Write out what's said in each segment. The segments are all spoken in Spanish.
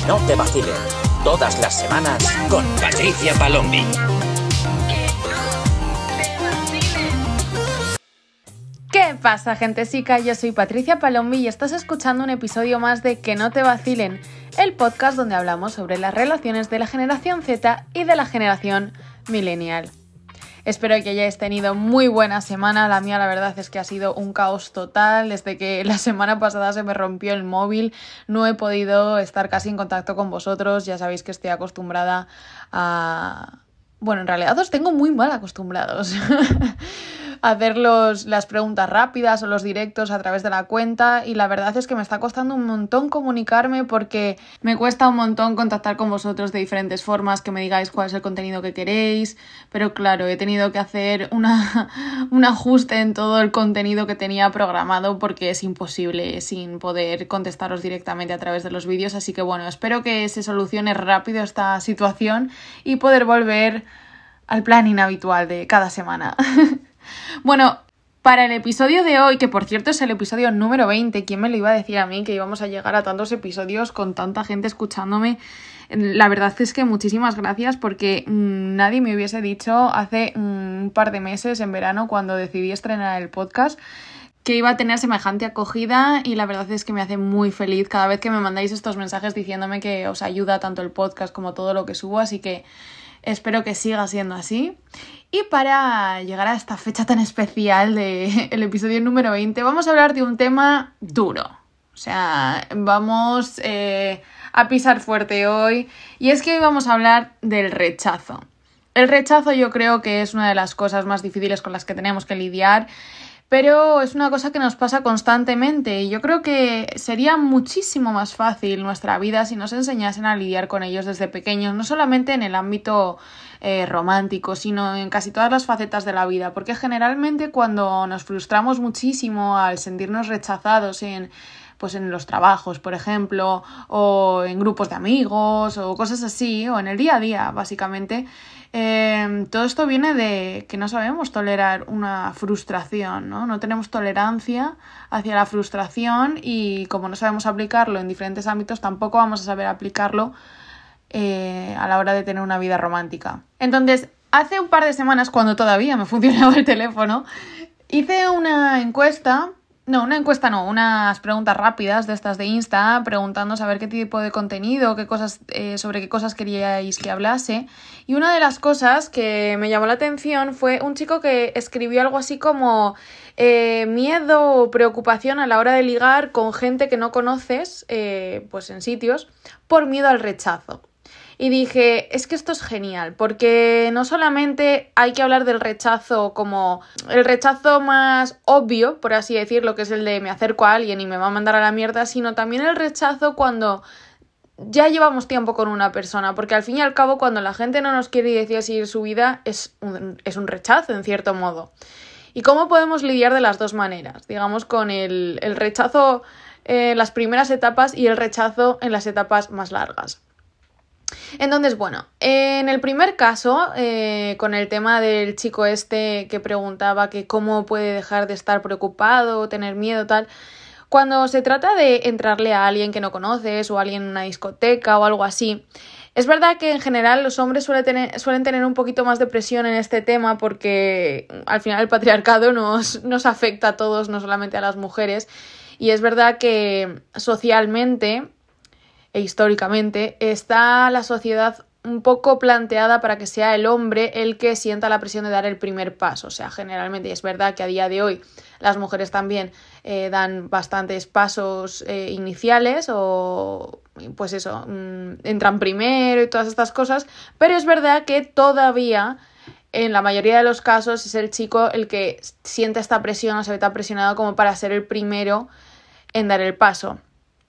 no te vacilen. Todas las semanas con Patricia Palombi. ¿Qué pasa, gentesica? Yo soy Patricia Palombi y estás escuchando un episodio más de Que no te vacilen, el podcast donde hablamos sobre las relaciones de la generación Z y de la generación millennial. Espero que hayáis tenido muy buena semana. La mía, la verdad, es que ha sido un caos total. Desde que la semana pasada se me rompió el móvil, no he podido estar casi en contacto con vosotros. Ya sabéis que estoy acostumbrada a... Bueno, en realidad os tengo muy mal acostumbrados a hacer las preguntas rápidas o los directos a través de la cuenta, y la verdad es que me está costando un montón comunicarme porque me cuesta un montón contactar con vosotros de diferentes formas, que me digáis cuál es el contenido que queréis, pero claro, he tenido que hacer un ajuste en todo el contenido que tenía programado porque es imposible sin poder contestaros directamente a través de los vídeos, así que bueno, espero que se solucione rápido esta situación y poder volver al plan inhabitual de cada semana. Bueno, para el episodio de hoy, que por cierto es el episodio número 20, ¿quién me lo iba a decir a mí que íbamos a llegar a tantos episodios con tanta gente escuchándome? La verdad es que muchísimas gracias, porque nadie me hubiese dicho hace un par de meses, en verano, cuando decidí estrenar el podcast, que iba a tener semejante acogida, y la verdad es que me hace muy feliz cada vez que me mandáis estos mensajes diciéndome que os ayuda tanto el podcast como todo lo que subo, así que espero que siga siendo así. Y para llegar a esta fecha tan especial del episodio número 20, vamos a hablar de un tema duro. O sea, vamos a pisar fuerte hoy. Y es que hoy vamos a hablar del rechazo. El rechazo yo creo que es una de las cosas más difíciles con las que tenemos que lidiar, pero es una cosa que nos pasa constantemente, y yo creo que sería muchísimo más fácil nuestra vida si nos enseñasen a lidiar con ellos desde pequeños, no solamente en el ámbito romántico, sino en casi todas las facetas de la vida, porque generalmente cuando nos frustramos muchísimo al sentirnos rechazados en los trabajos, por ejemplo, o en grupos de amigos, o cosas así, o en el día a día, básicamente, todo esto viene de que no sabemos tolerar una frustración, ¿no? No tenemos tolerancia hacia la frustración, y como no sabemos aplicarlo en diferentes ámbitos, tampoco vamos a saber aplicarlo a la hora de tener una vida romántica. Entonces, hace un par de semanas, cuando todavía me funcionaba el teléfono, hice unas preguntas rápidas de estas de Insta, preguntando saber qué tipo de contenido, sobre qué cosas queríais que hablase. Y una de las cosas que me llamó la atención fue un chico que escribió algo así como miedo o preocupación a la hora de ligar con gente que no conoces, pues en sitios, por miedo al rechazo. Y dije, es que esto es genial, porque no solamente hay que hablar del rechazo como el rechazo más obvio, por así decirlo, que es el de me acerco a alguien y me va a mandar a la mierda, sino también el rechazo cuando ya llevamos tiempo con una persona, porque al fin y al cabo cuando la gente no nos quiere y decide seguir su vida es un rechazo en cierto modo. ¿Y cómo podemos lidiar de las dos maneras? Digamos, con el rechazo en las primeras etapas y el rechazo en las etapas más largas. Entonces, bueno, en el primer caso, con el tema del chico este que preguntaba que cómo puede dejar de estar preocupado, tener miedo, tal, cuando se trata de entrarle a alguien que no conoces o a alguien en una discoteca o algo así, es verdad que en general los hombres suelen tener un poquito más de presión en este tema, porque al final el patriarcado nos afecta a todos, no solamente a las mujeres, y es verdad que socialmente e históricamente está la sociedad un poco planteada para que sea el hombre el que sienta la presión de dar el primer paso. O sea, generalmente, y es verdad que a día de hoy las mujeres también dan bastantes pasos iniciales, o pues eso, entran primero y todas estas cosas, pero es verdad que todavía en la mayoría de los casos es el chico el que siente esta presión o se ve tan presionado como para ser el primero en dar el paso.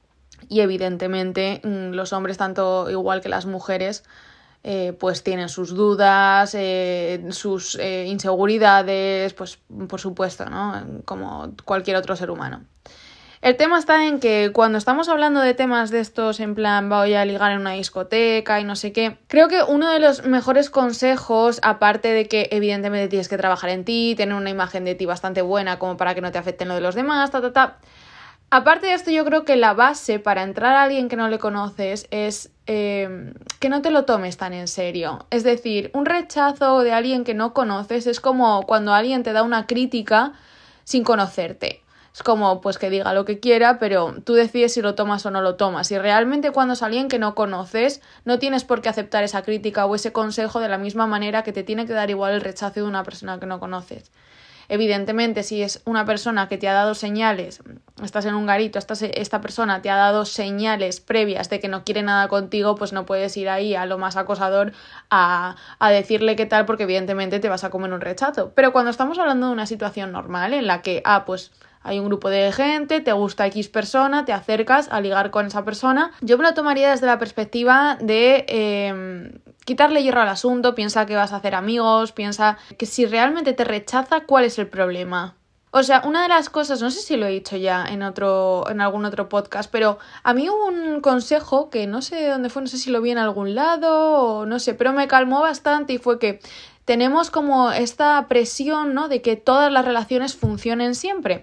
Y evidentemente los hombres, tanto igual que las mujeres, pues tienen sus dudas, sus inseguridades, pues por supuesto, ¿no? Como cualquier otro ser humano. El tema está en que cuando estamos hablando de temas de estos, en plan voy a ligar en una discoteca y no sé qué, creo que uno de los mejores consejos, aparte de que evidentemente tienes que trabajar en ti, tener una imagen de ti bastante buena como para que no te afecten lo de los demás, Aparte de esto, yo creo que la base para entrar a alguien que no le conoces es que no te lo tomes tan en serio. Es decir, un rechazo de alguien que no conoces es como cuando alguien te da una crítica sin conocerte. Es como, pues que diga lo que quiera, pero tú decides si lo tomas o no lo tomas. Y realmente cuando es alguien que no conoces, no tienes por qué aceptar esa crítica o ese consejo de la misma manera que te tiene que dar igual el rechazo de una persona que no conoces. Evidentemente, si es una persona que te ha dado señales, estás en un garito, esta persona te ha dado señales previas de que no quiere nada contigo, pues no puedes ir ahí a lo más acosador a decirle qué tal, porque evidentemente te vas a comer un rechazo. Pero cuando estamos hablando de una situación normal en la que, pues hay un grupo de gente, te gusta X persona, te acercas a ligar con esa persona, yo me lo tomaría desde la perspectiva de quitarle hierro al asunto, piensa que vas a hacer amigos, piensa que si realmente te rechaza, ¿cuál es el problema? O sea, una de las cosas, no sé si lo he dicho ya en algún otro podcast, pero a mí hubo un consejo que no sé de dónde fue, no sé si lo vi en algún lado o no sé, pero me calmó bastante y fue que tenemos como esta presión, ¿no?, de que todas las relaciones funcionen siempre.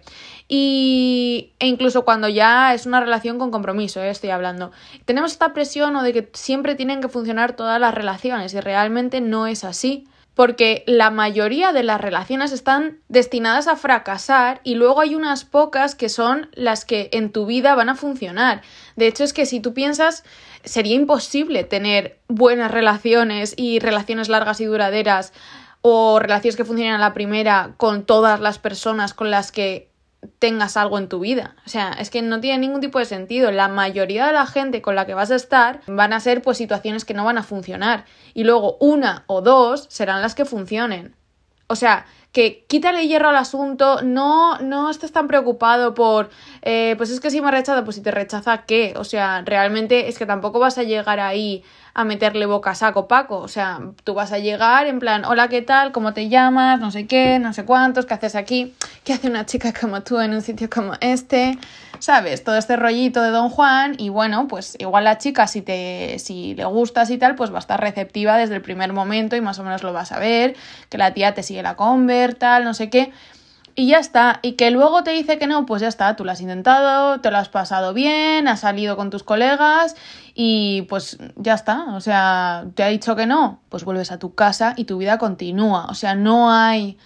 E incluso cuando ya es una relación con compromiso, estoy hablando. Tenemos esta presión, ¿no?, de que siempre tienen que funcionar todas las relaciones y realmente no es así. Porque la mayoría de las relaciones están destinadas a fracasar y luego hay unas pocas que son las que en tu vida van a funcionar. De hecho, es que si tú piensas, sería imposible tener buenas relaciones y relaciones largas y duraderas o relaciones que funcionen a la primera con todas las personas con las que tengas algo en tu vida. O sea, es que no tiene ningún tipo de sentido. La mayoría de la gente con la que vas a estar van a ser pues situaciones que no van a funcionar y luego una o dos serán las que funcionen. O sea, que quítale hierro al asunto, no estés tan preocupado por pues es que si me rechaza, pues si te rechaza, ¿qué? O sea, realmente es que tampoco vas a llegar ahí a meterle boca a saco Paco. O sea, tú vas a llegar en plan, hola, ¿qué tal? ¿Cómo te llamas? No sé qué, no sé cuántos, ¿qué haces aquí? ¿Qué hace una chica como tú en un sitio como este? ¿Sabes? Todo este rollito de Don Juan y bueno, pues igual la chica si le gustas y tal, pues va a estar receptiva desde el primer momento y más o menos lo vas a ver, que la tía te sigue la conver, tal, no sé qué. Y ya está, y que luego te dice que no, pues ya está, tú lo has intentado, te lo has pasado bien, has salido con tus colegas y pues ya está, o sea, te ha dicho que no, pues vuelves a tu casa y tu vida continúa, o sea, no hay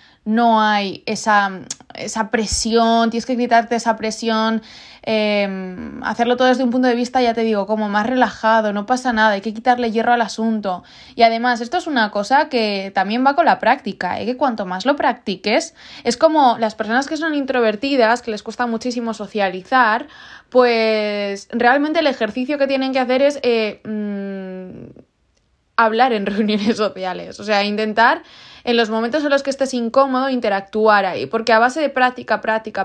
esa presión, tienes que quitarte esa presión, hacerlo todo desde un punto de vista, ya te digo, como más relajado, no pasa nada, hay que quitarle hierro al asunto. Y además, esto es una cosa que también va con la práctica, que cuanto más lo practiques, es como las personas que son introvertidas, que les cuesta muchísimo socializar, pues realmente el ejercicio que tienen que hacer es hablar en reuniones sociales, o sea, intentar en los momentos en los que estés incómodo interactuar ahí, porque a base de práctica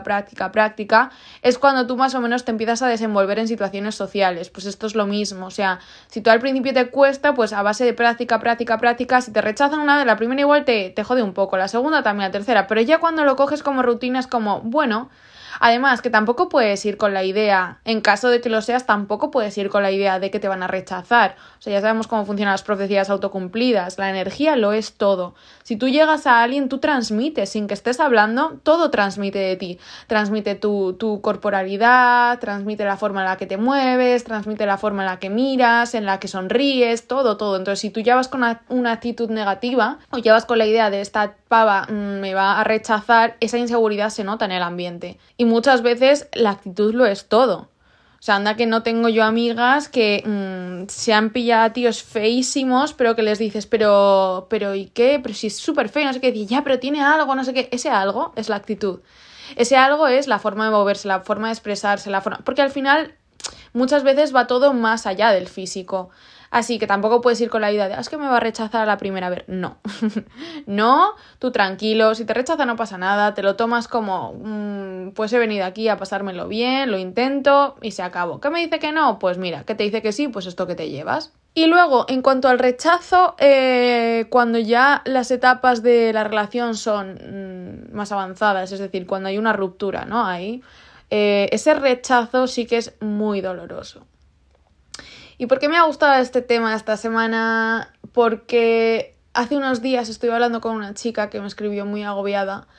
es cuando tú más o menos te empiezas a desenvolver en situaciones sociales. Pues esto es lo mismo, o sea, si tú al principio te cuesta, pues a base de práctica, si te rechazan una vez, la primera igual te jode un poco, la segunda también, la tercera, pero ya cuando lo coges como rutina es como, bueno. Además, que tampoco puedes ir con la idea, en caso de que lo seas, tampoco puedes ir con la idea de que te van a rechazar. O sea, ya sabemos cómo funcionan las profecías autocumplidas. La energía lo es todo. Si tú llegas a alguien, tú transmites, sin que estés hablando, todo transmite de ti. Transmite tu corporalidad, transmite la forma en la que te mueves, transmite la forma en la que miras, en la que sonríes, todo. Entonces, si tú llevas con una actitud negativa o llevas con la idea de esta pava me va a rechazar, esa inseguridad se nota en el ambiente. Y muchas veces la actitud lo es todo. O sea, anda que no tengo yo amigas que se han pillado a tíos feísimos, pero que les dices, pero ¿y qué? Pero si es súper feo, no sé qué. Y ya, pero tiene algo, no sé qué. Ese algo es la actitud. Ese algo es la forma de moverse, la forma de expresarse, porque al final muchas veces va todo más allá del físico. Así que tampoco puedes ir con la idea de, es que me va a rechazar a la primera vez. No. No, tú tranquilo, si te rechaza no pasa nada, te lo tomas como, pues he venido aquí a pasármelo bien, lo intento y se acabó. ¿Qué me dice que no? Pues mira, ¿qué te dice que sí? Pues esto que te llevas. Y luego, en cuanto al rechazo, cuando ya las etapas de la relación son más avanzadas, es decir, cuando hay una ruptura, ¿no? Ahí, ese rechazo sí que es muy doloroso. ¿Y por qué me ha gustado este tema esta semana? Porque hace unos días estuve hablando con una chica que me escribió muy agobiada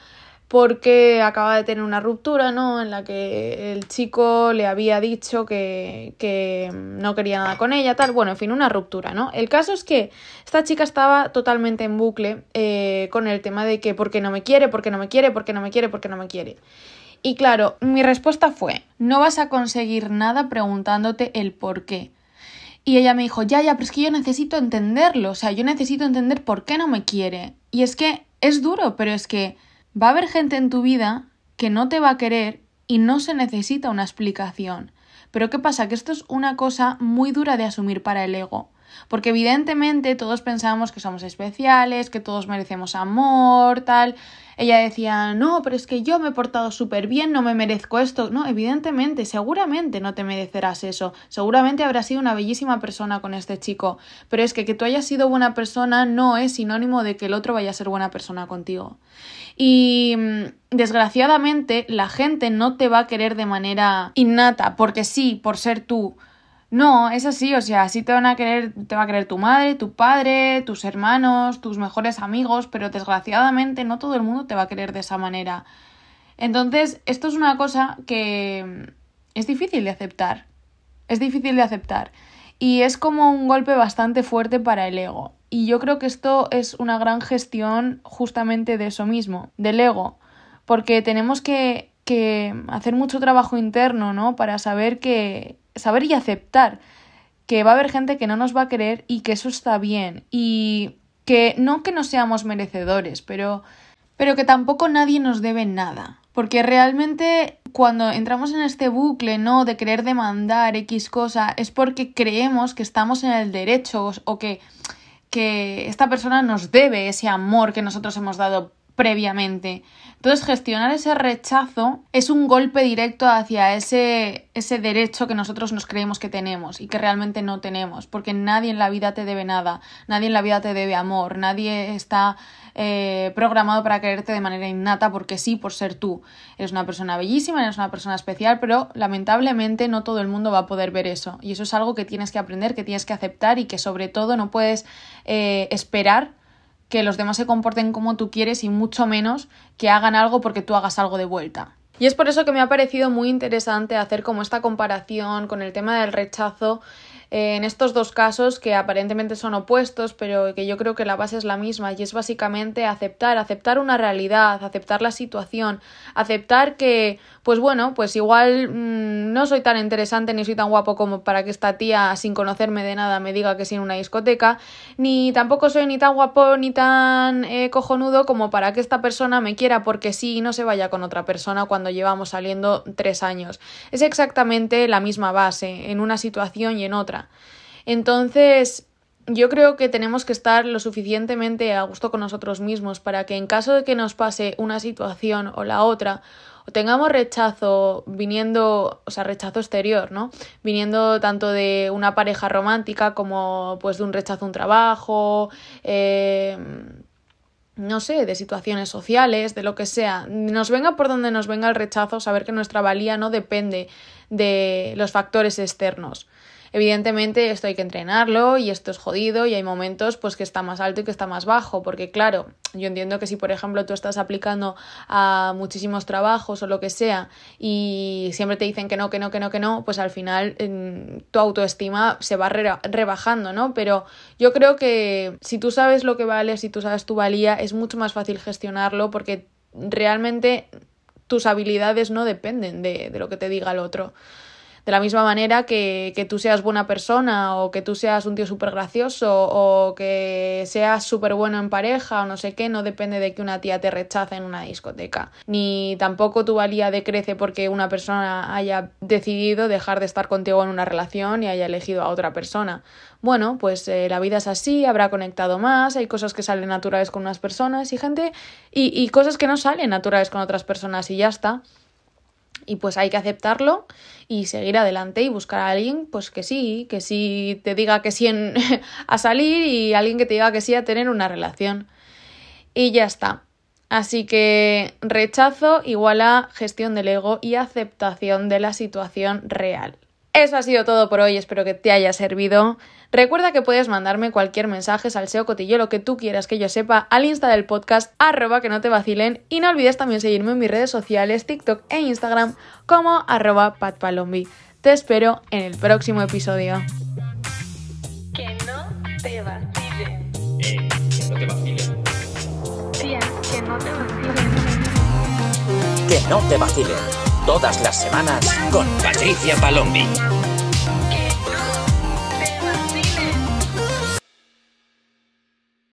porque acaba de tener una ruptura, ¿no? En la que el chico le había dicho que no quería nada con ella, tal. Bueno, en fin, una ruptura, ¿no? El caso es que esta chica estaba totalmente en bucle con el tema de que ¿por qué no me quiere? ¿Por qué no me quiere? ¿Por qué no me quiere? ¿Por qué no me quiere? Y claro, mi respuesta fue, no vas a conseguir nada preguntándote el por qué. Y ella me dijo, ya, pero es que yo necesito entenderlo, o sea, yo necesito entender por qué no me quiere. Y es que es duro, pero es que va a haber gente en tu vida que no te va a querer y no se necesita una explicación. Pero ¿qué pasa? Que esto es una cosa muy dura de asumir para el ego. Porque evidentemente todos pensamos que somos especiales, que todos merecemos amor, tal. Ella decía, no, pero es que yo me he portado súper bien, no me merezco esto. No, evidentemente, seguramente no te merecerás eso. Seguramente habrás sido una bellísima persona con este chico. Pero es que tú hayas sido buena persona no es sinónimo de que el otro vaya a ser buena persona contigo. Y desgraciadamente la gente no te va a querer de manera innata, porque sí, por ser tú. No, es así, o sea, sí te va a querer tu madre, tu padre, tus hermanos, tus mejores amigos, pero desgraciadamente no todo el mundo te va a querer de esa manera. Entonces, esto es una cosa que es difícil de aceptar. Es difícil de aceptar. Y es como un golpe bastante fuerte para el ego. Y yo creo que esto es una gran gestión justamente de eso mismo, del ego. Porque tenemos que hacer mucho trabajo interno, ¿no? Para saber y aceptar que va a haber gente que no nos va a querer y que eso está bien. Y que no seamos merecedores, pero que tampoco nadie nos debe nada. Porque realmente cuando entramos en este bucle, ¿no? De querer demandar X cosa, es porque creemos que estamos en el derecho o que esta persona nos debe ese amor que nosotros hemos dado previamente. Entonces, gestionar ese rechazo es un golpe directo hacia ese derecho que nosotros nos creemos que tenemos y que realmente no tenemos, porque nadie en la vida te debe nada, nadie en la vida te debe amor, nadie está programado para quererte de manera innata porque sí, por ser tú. Eres una persona bellísima, eres una persona especial, pero lamentablemente no todo el mundo va a poder ver eso. Y eso es algo que tienes que aprender, que tienes que aceptar y que sobre todo no puedes esperar que los demás se comporten como tú quieres y mucho menos que hagan algo porque tú hagas algo de vuelta. Y es por eso que me ha parecido muy interesante hacer como esta comparación con el tema del rechazo en estos dos casos que aparentemente son opuestos, pero que yo creo que la base es la misma y es básicamente aceptar una realidad, aceptar la situación, aceptar que, pues bueno, pues igual no soy tan interesante ni soy tan guapo como para que esta tía sin conocerme de nada me diga que sí en una discoteca, ni tampoco soy ni tan guapo ni tan cojonudo como para que esta persona me quiera porque sí y no se vaya con otra persona cuando llevamos saliendo 3 años. Es exactamente la misma base en una situación y en otra. Entonces, yo creo que tenemos que estar lo suficientemente a gusto con nosotros mismos para que en caso de que nos pase una situación o la otra, o tengamos rechazo viniendo, o sea, rechazo exterior, ¿no? Viniendo tanto de una pareja romántica como pues de un rechazo a un trabajo, no sé, de situaciones sociales, de lo que sea, nos venga por donde nos venga el rechazo, saber que nuestra valía no depende de los factores externos. Evidentemente esto hay que entrenarlo y esto es jodido y hay momentos pues que está más alto y que está más bajo, porque claro, yo entiendo que si por ejemplo tú estás aplicando a muchísimos trabajos o lo que sea y siempre te dicen que no, pues al final tu autoestima se va rebajando, ¿no? Pero yo creo que si tú sabes lo que vales, si tú sabes tu valía, es mucho más fácil gestionarlo porque realmente tus habilidades no dependen de lo que te diga el otro. De la misma manera que tú seas buena persona o que tú seas un tío súper gracioso o que seas súper bueno en pareja o no sé qué, no depende de que una tía te rechace en una discoteca. Ni tampoco tu valía decrece porque una persona haya decidido dejar de estar contigo en una relación y haya elegido a otra persona. Bueno, pues la vida es así, habrá conectado más, hay cosas que salen naturales con unas personas y gente y cosas que no salen naturales con otras personas y ya está. Y pues hay que aceptarlo y seguir adelante y buscar a alguien pues que sí te diga que sí a salir y alguien que te diga que sí a tener una relación. Y ya está. Así que rechazo igual a gestión del ego y aceptación de la situación real. Eso ha sido todo por hoy, espero que te haya servido. Recuerda que puedes mandarme cualquier mensaje, salseo, cotillo, lo que tú quieras que yo sepa, al Insta del podcast, @quenotevacilen, y no olvides también seguirme en mis redes sociales, TikTok e Instagram como @patpalombi. Te espero en el próximo episodio. Que no te vacilen. Que no te vacilen. Tía, que no te vacilen. Que no te vacilen. Todas las semanas con Patricia Palombi.